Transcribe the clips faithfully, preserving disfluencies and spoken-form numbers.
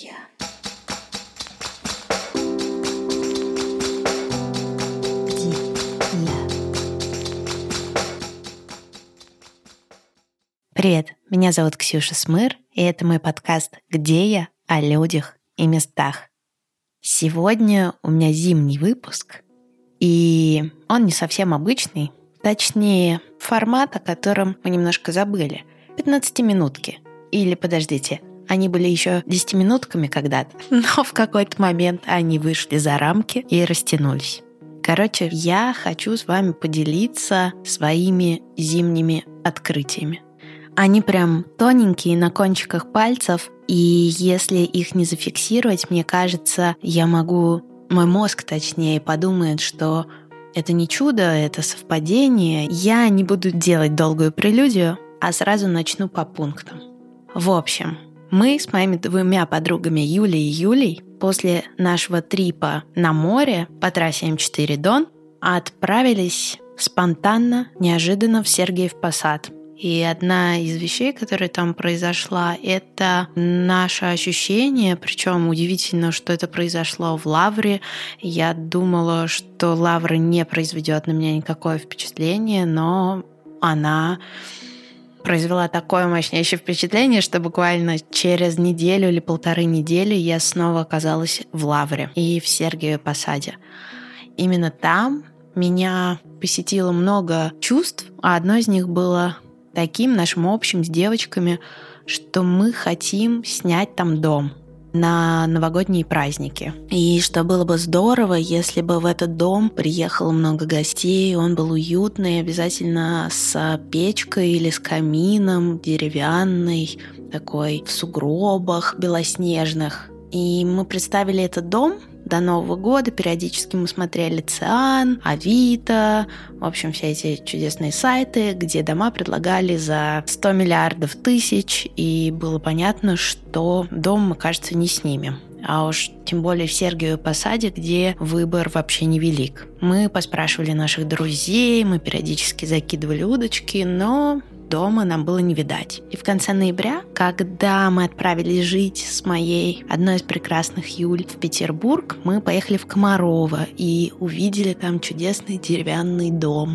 Я. Где я? Привет, меня зовут Ксюша Смыр, и это мой подкаст «Где я?» о людях и местах. Сегодня у меня зимний выпуск, и он не совсем обычный, точнее, формат, о котором мы немножко забыли. пятнадцатиминутки. Или, подождите, они были еще десятиминутками когда-то, но в какой-то момент они вышли за рамки и растянулись. Короче, я хочу с вами поделиться своими зимними открытиями. Они прям тоненькие, на кончиках пальцев, и если их не зафиксировать, мне кажется, я могу, мой мозг точнее, подумает, что это не чудо, это совпадение. Я не буду делать долгую прелюдию, а сразу начну по пунктам. В общем, мы с моими двумя подругами Юлей и Юлей после нашего трипа на море по трассе эм четыре Дон отправились спонтанно, неожиданно в Сергиев Посад. И одна из вещей, которая там произошла, это наше ощущение, причем удивительно, что это произошло в Лавре. Я думала, что Лавра не произведет на меня никакое впечатление, но она произвела такое мощнейшее впечатление, что буквально через неделю или полторы недели я снова оказалась в Лавре и в Сергиеве Посаде. Именно там меня посетило много чувств, а одно из них было таким нашим общим с девочками, что мы хотим снять там дом на новогодние праздники. И что было бы здорово, если бы в этот дом приехало много гостей, он был уютный, обязательно с печкой или с камином, деревянный, такой в сугробах белоснежных. И мы представили этот дом до Нового года, периодически мы смотрели Циан, Авито, в общем, все эти чудесные сайты, где дома предлагали за сто миллиардов тысяч, и было понятно, что дом мы, кажется, не снимем. А уж тем более в Сергиеве Посаде, где выбор вообще невелик. Мы поспрашивали наших друзей, мы периодически закидывали удочки, но дома нам было не видать. И в конце ноября, когда мы отправились жить с моей одной из прекрасных Юль в Петербург, мы поехали в Комарово и увидели там чудесный деревянный дом.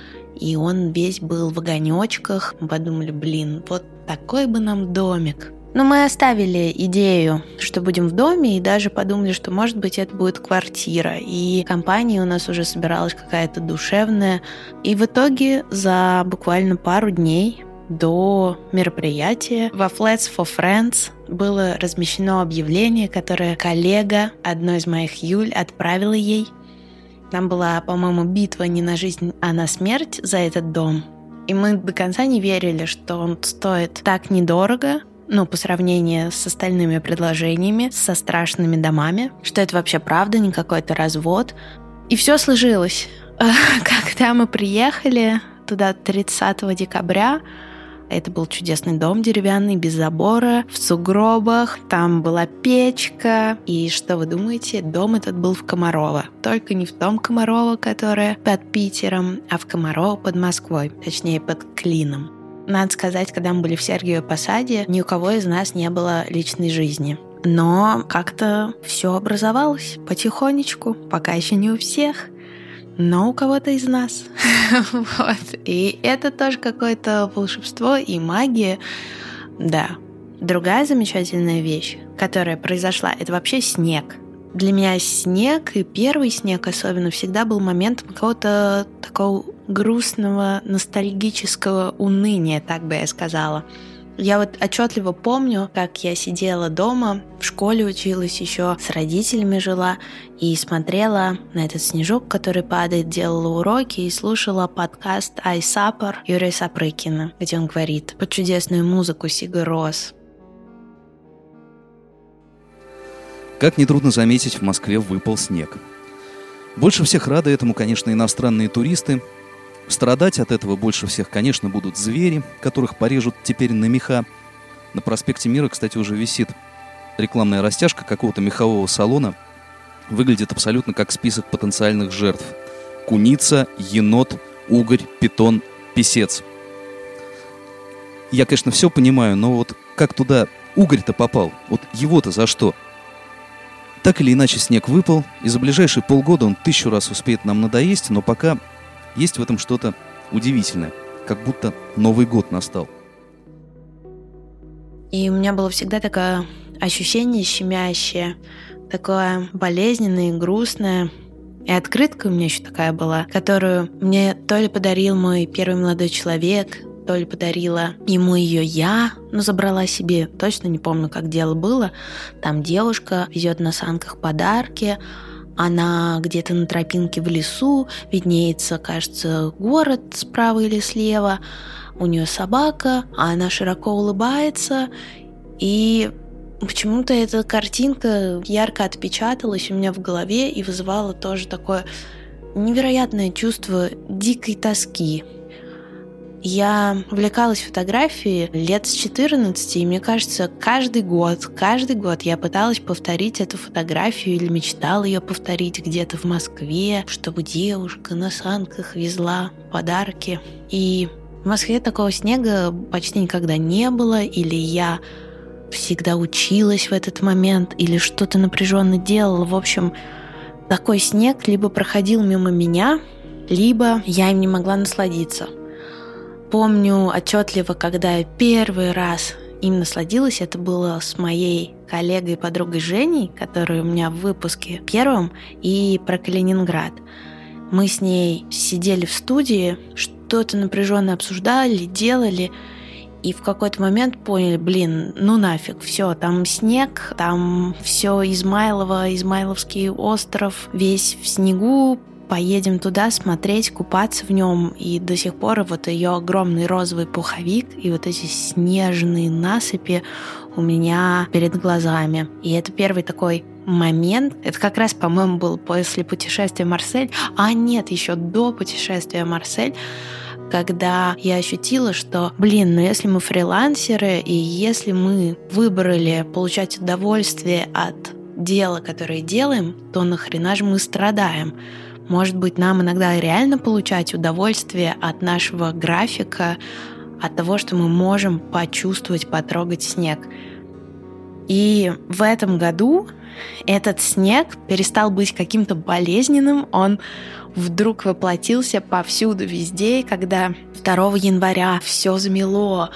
И он весь был в огонечках. Мы подумали, блин, вот такой бы нам домик. Но мы оставили идею, что будем в доме, и даже подумали, что, может быть, это будет квартира. И компания у нас уже собиралась какая-то душевная. И в итоге за буквально пару дней до мероприятия во Flats for Friends было размещено объявление, которое коллега одной из моих Юль отправила ей. Там была, по-моему, битва не на жизнь, а на смерть за этот дом. И мы до конца не верили, что он стоит так недорого, ну, по сравнению с остальными предложениями, со страшными домами, что это вообще правда, не какой-то развод. И все сложилось. Когда мы приехали туда тридцатого декабря, это был чудесный дом деревянный, без забора, в сугробах, там была печка. И что вы думаете? Дом этот был в Комарово. Только не в том Комарово, которое под Питером, а в Комарово под Москвой, точнее под Клином. Надо сказать, когда мы были в Сергиеве Посаде, ни у кого из нас не было личной жизни. Но как-то все образовалось потихонечку, пока еще не у всех, но у кого-то из нас. Вот. И это тоже какое-то волшебство и магия. Да. Другая замечательная вещь, которая произошла, это вообще снег. Для меня снег, и первый снег особенно, всегда был моментом какого-то такого грустного, ностальгического уныния, так бы я сказала. Я вот отчетливо помню, как я сидела дома, в школе училась еще, с родителями жила, и смотрела на этот снежок, который падает, делала уроки и слушала подкаст «Айсапор» Юрия Сапрыкина, где он говорит под чудесную музыку Сига Рос. Как нетрудно заметить, в Москве выпал снег. Больше всех рады этому, конечно, иностранные туристы. Страдать от этого больше всех, конечно, будут звери, которых порежут теперь на меха. На проспекте Мира, кстати, уже висит рекламная растяжка какого-то мехового салона. Выглядит абсолютно как список потенциальных жертв. Куница, енот, угорь, питон, писец. Я, конечно, все понимаю, но вот как туда угорь-то попал? Вот его-то за что? Так или иначе, снег выпал, и за ближайшие полгода он тысячу раз успеет нам надоесть, но пока есть в этом что-то удивительное, как будто Новый год настал. И у меня было всегда такое ощущение щемящее, такое болезненное и грустное. И открытка у меня еще такая была, которую мне то ли подарил мой первый молодой человек, то ли подарила ему ее я, но забрала себе, точно не помню, как дело было. Там девушка везет на санках подарки, она где-то на тропинке в лесу, виднеется, кажется, город справа или слева, у нее собака, а она широко улыбается, и почему-то эта картинка ярко отпечаталась у меня в голове и вызывала тоже такое невероятное чувство дикой тоски. Я увлекалась фотографией лет с четырнадцати, и мне кажется, каждый год, каждый год я пыталась повторить эту фотографию или мечтала ее повторить где-то в Москве, чтобы девушка на санках везла подарки. И в Москве такого снега почти никогда не было, или я всегда училась в этот момент, или что-то напряженно делала. В общем, такой снег либо проходил мимо меня, либо я им не могла насладиться. Помню отчетливо, когда я первый раз им насладилась, это было с моей коллегой и подругой Женей, которая у меня в выпуске первом, и про Калининград. Мы с ней сидели в студии, что-то напряженно обсуждали, делали, и в какой-то момент поняли, блин, ну нафиг, все, там снег, там все Измайлово, Измайловский остров, весь в снегу, поедем туда смотреть, купаться в нем. И до сих пор вот ее огромный розовый пуховик и вот эти снежные насыпи у меня перед глазами. И это первый такой момент. Это как раз, по-моему, был после путешествия в Марсель. А нет, еще до путешествия в Марсель, когда я ощутила, что, блин, ну если мы фрилансеры, и если мы выбрали получать удовольствие от дела, которое делаем, то нахрена же мы страдаем? Может быть, нам иногда реально получать удовольствие от нашего графика, от того, что мы можем почувствовать, потрогать снег. И в этом году этот снег перестал быть каким-то болезненным, он вдруг воплотился повсюду, везде, когда второго января все замело,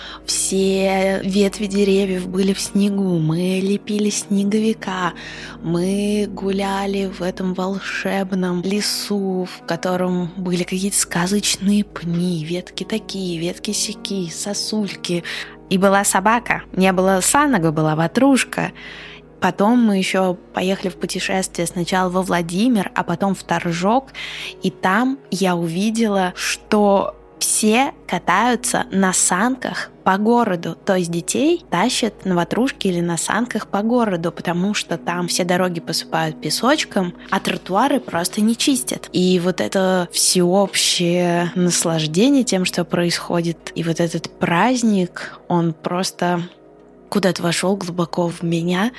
все ветви деревьев были в снегу, мы лепили снеговика, мы гуляли в этом волшебном лесу, в котором были какие-то сказочные пни, ветки такие, ветки сяки, сосульки. И была собака, не было санок, была ватрушка. Потом мы еще поехали в путешествие сначала во Владимир, а потом в Торжок. И там я увидела, что все катаются на санках по городу. То есть детей тащат на ватрушке или на санках по городу, потому что там все дороги посыпают песочком, а тротуары просто не чистят. И вот это всеобщее наслаждение тем, что происходит, и вот этот праздник, он просто куда-то вошел глубоко в меня,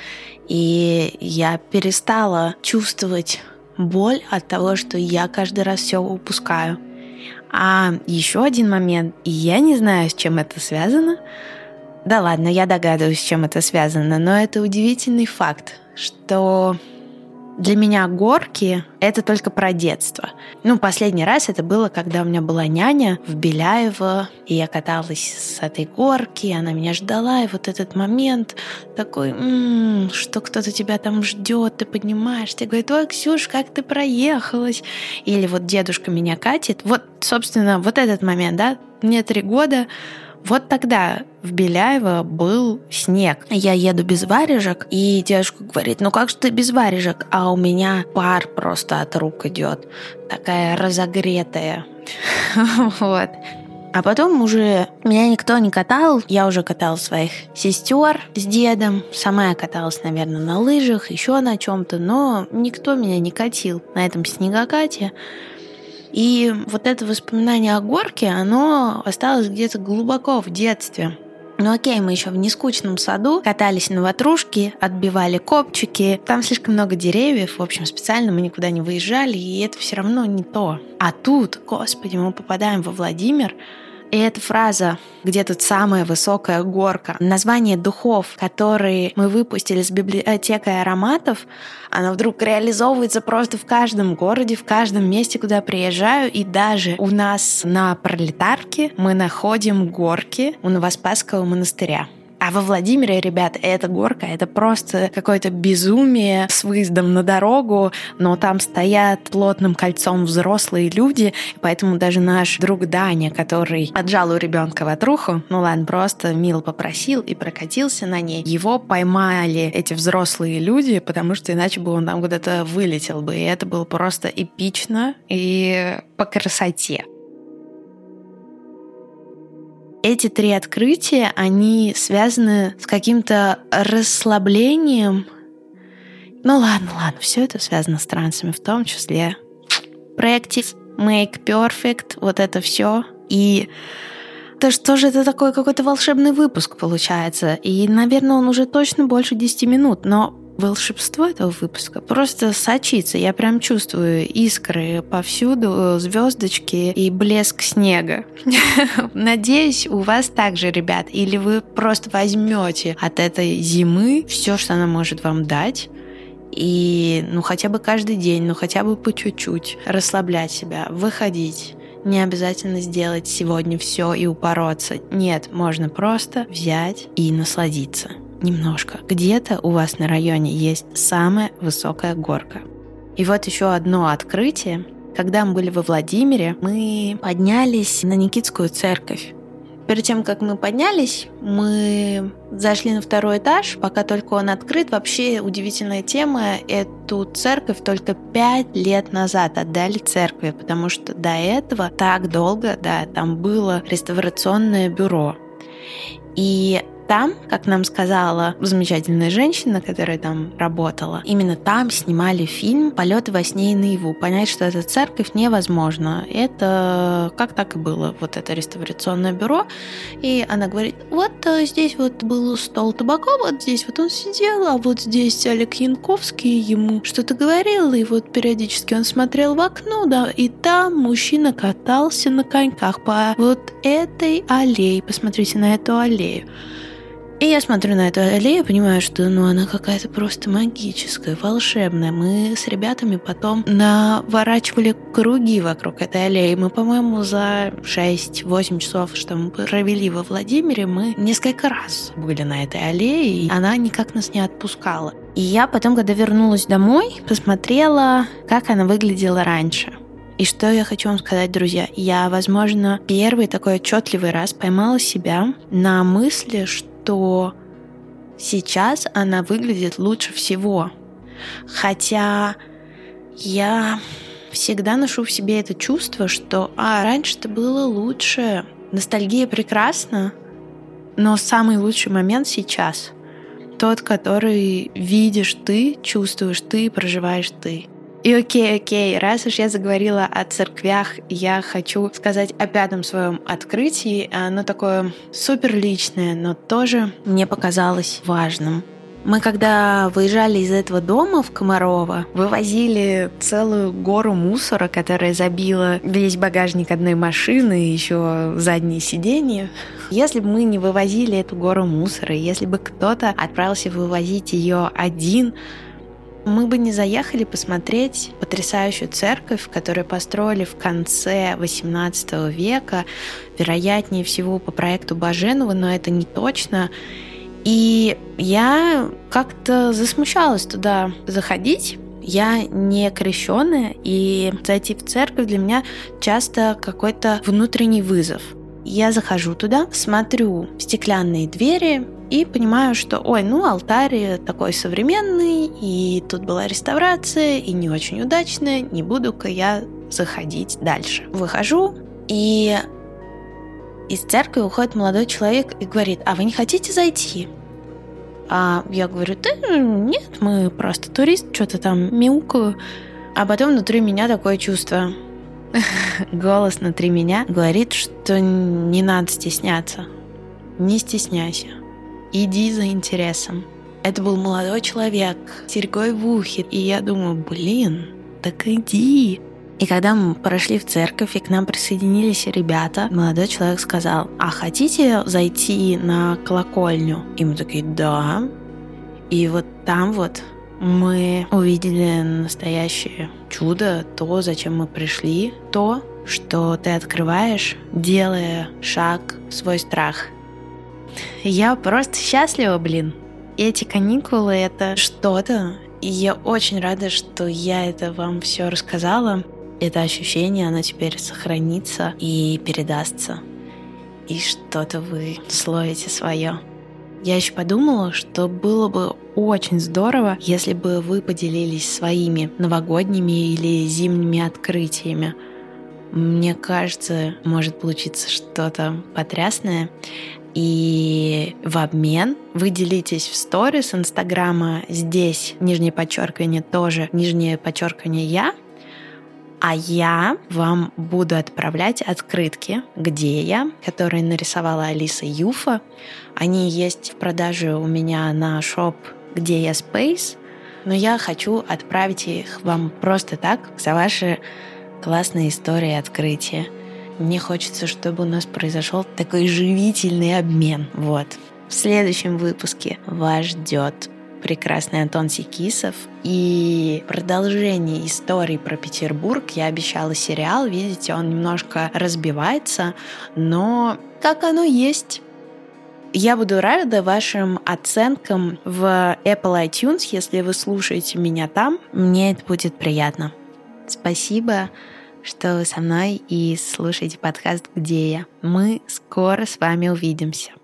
и я перестала чувствовать боль от того, что я каждый раз все упускаю. А еще один момент, и я не знаю, с чем это связано. Да ладно, я догадываюсь, с чем это связано, но это удивительный факт, что для меня горки — это только про детство. Ну, последний раз это было, когда у меня была няня в Беляево, и я каталась с этой горки, она меня ждала, и вот этот момент такой, м-м, что кто-то тебя там ждет, ты поднимаешься, говорит: ой, Ксюш, как ты проехалась? Или вот дедушка меня катит. Вот, собственно, вот этот момент, да, мне три года. Вот тогда в Беляево был снег. Я еду без варежек, и дедушка говорит: ну как же ты без варежек? А у меня пар просто от рук идет, такая разогретая. Вот. А потом уже меня никто не катал, я уже катала своих сестер с дедом, сама я каталась, наверное, на лыжах, еще на чем-то, но никто меня не катил на этом снегокате. И вот это воспоминание о горке, оно осталось где-то глубоко в детстве. Ну окей, мы еще в нескучном саду катались на ватрушке, отбивали копчики. Там слишком много деревьев, в общем, специально мы никуда не выезжали, и это все равно не то. А тут, господи, мы попадаем во Владимир, И эта фраза «где тут самая высокая горка», название духов, которые мы выпустили с библиотекой ароматов, она вдруг реализовывается просто в каждом городе, в каждом месте, куда приезжаю. И даже у нас на Пролетарке мы находим горки у Новоспасского монастыря. А во Владимире, ребят, эта горка — это просто какое-то безумие с выездом на дорогу, но там стоят плотным кольцом взрослые люди, поэтому даже наш друг Даня, который отжал у ребенка ватруху, ну ладно, просто мило попросил и прокатился на ней, его поймали эти взрослые люди, потому что иначе бы он там куда-то вылетел бы, и это было просто эпично и по красоте. Эти три открытия, они связаны с каким-то расслаблением. Ну ладно, ладно, все это связано с трансами, в том числе practice, make perfect, вот это все. И это что же это такой какой-то волшебный выпуск получается. И, наверное, он уже точно больше десяти минут, но волшебство этого выпуска просто сочится. Я прям чувствую искры повсюду, звездочки и блеск снега. Надеюсь, у вас так же, ребят. Или вы просто возьмете от этой зимы все, что она может вам дать, и ну хотя бы каждый день, ну хотя бы по чуть-чуть расслаблять себя, выходить. Не обязательно сделать сегодня все и упороться. Нет, можно просто взять и насладиться. Немножко. Где-то у вас на районе есть самая высокая горка. И вот еще одно открытие. Когда мы были во Владимире, мы поднялись на Никитскую церковь. Перед тем, как мы поднялись, мы зашли на второй этаж, пока только он открыт. Вообще удивительная тема. Эту церковь только пять лет назад отдали церкви, потому что до этого так долго, да, там было реставрационное бюро. И там, как нам сказала замечательная женщина, которая там работала, именно там снимали фильм «Полеты во сне и наяву». Понять, что это церковь, невозможно. Это как так и было, вот это реставрационное бюро. И она говорит, вот здесь вот был стол Табакова, вот здесь вот он сидел, а вот здесь Олег Янковский ему что-то говорил, и вот периодически он смотрел в окно, да, и там мужчина катался на коньках по вот этой аллее. Посмотрите на эту аллею. И я смотрю на эту аллею, понимаю, что ну, она какая-то просто магическая, волшебная. Мы с ребятами потом наворачивали круги вокруг этой аллеи. Мы, по-моему, за шесть-восемь часов, что мы провели во Владимире, мы несколько раз были на этой аллее, и она никак нас не отпускала. И я потом, когда вернулась домой, посмотрела, как она выглядела раньше. И что я хочу вам сказать, друзья, я, возможно, первый такой отчетливый раз поймала себя на мысли, что то сейчас она выглядит лучше всего. Хотя я всегда ношу в себе это чувство, что а, раньше-то было лучше. Ностальгия прекрасна, но самый лучший момент сейчас. Тот, который видишь ты, чувствуешь ты, проживаешь ты. И окей, окей, раз уж я заговорила о церквях, я хочу сказать о пятом своем открытии. Оно такое супер личное, но тоже мне показалось важным. Мы когда выезжали из этого дома в Комарово, вывозили целую гору мусора, которая забила весь багажник одной машины и еще задние сиденья. Если бы мы не вывозили эту гору мусора, если бы кто-то отправился вывозить ее один, мы бы не заехали посмотреть потрясающую церковь, которую построили в конце восемнадцатого века, вероятнее всего по проекту Баженова, но это не точно. И я как-то засмущалась туда заходить. Я не крещеная, и зайти в церковь для меня часто какой-то внутренний вызов. Я захожу туда, смотрю в стеклянные двери и понимаю, что, ой, ну алтарь такой современный, и тут была реставрация, и не очень удачная, не буду-ка я заходить дальше. Выхожу, и из церкви уходит молодой человек и говорит, а вы не хотите зайти? А я говорю, да нет, мы просто турист, что-то там мяукаю. А потом внутри меня такое чувство. Голос внутри меня говорит, что не надо стесняться. Не стесняйся. Иди за интересом. Это был молодой человек с серьгой в ухе. И я думаю, блин, так иди. И когда мы прошли в церковь, и к нам присоединились ребята, молодой человек сказал: а хотите зайти на колокольню? И мы такие: да. И вот там вот мы увидели настоящее чудо, то, зачем мы пришли, то, что ты открываешь, делая шаг в свой страх. Я просто счастлива, блин. Эти каникулы — это что-то. И я очень рада, что я это вам все рассказала. Это ощущение, оно теперь сохранится и передастся. И что-то вы словите свое. Я еще подумала, что было бы очень здорово, если бы вы поделились своими новогодними или зимними открытиями. Мне кажется, может получиться что-то потрясное. И в обмен вы делитесь в сторис Инстаграма, здесь нижнее подчеркивание тоже, нижнее подчеркивание я, а я вам буду отправлять открытки «Где я?», которые нарисовала Алиса Юфа. Они есть в продаже у меня на шоп «Где я Space», но я хочу отправить их вам просто так, за ваши классные истории и открытия. Мне хочется, чтобы у нас произошел такой живительный обмен. Вот. В следующем выпуске вас ждет прекрасный Антон Секисов и продолжение истории про Петербург. Я обещала сериал, видите, он немножко разбивается, но как оно есть. Я буду рада вашим оценкам в Apple iTunes, если вы слушаете меня там. Мне это будет приятно. Спасибо, что вы со мной и слушаете подкаст «Где я?». Мы скоро с вами увидимся.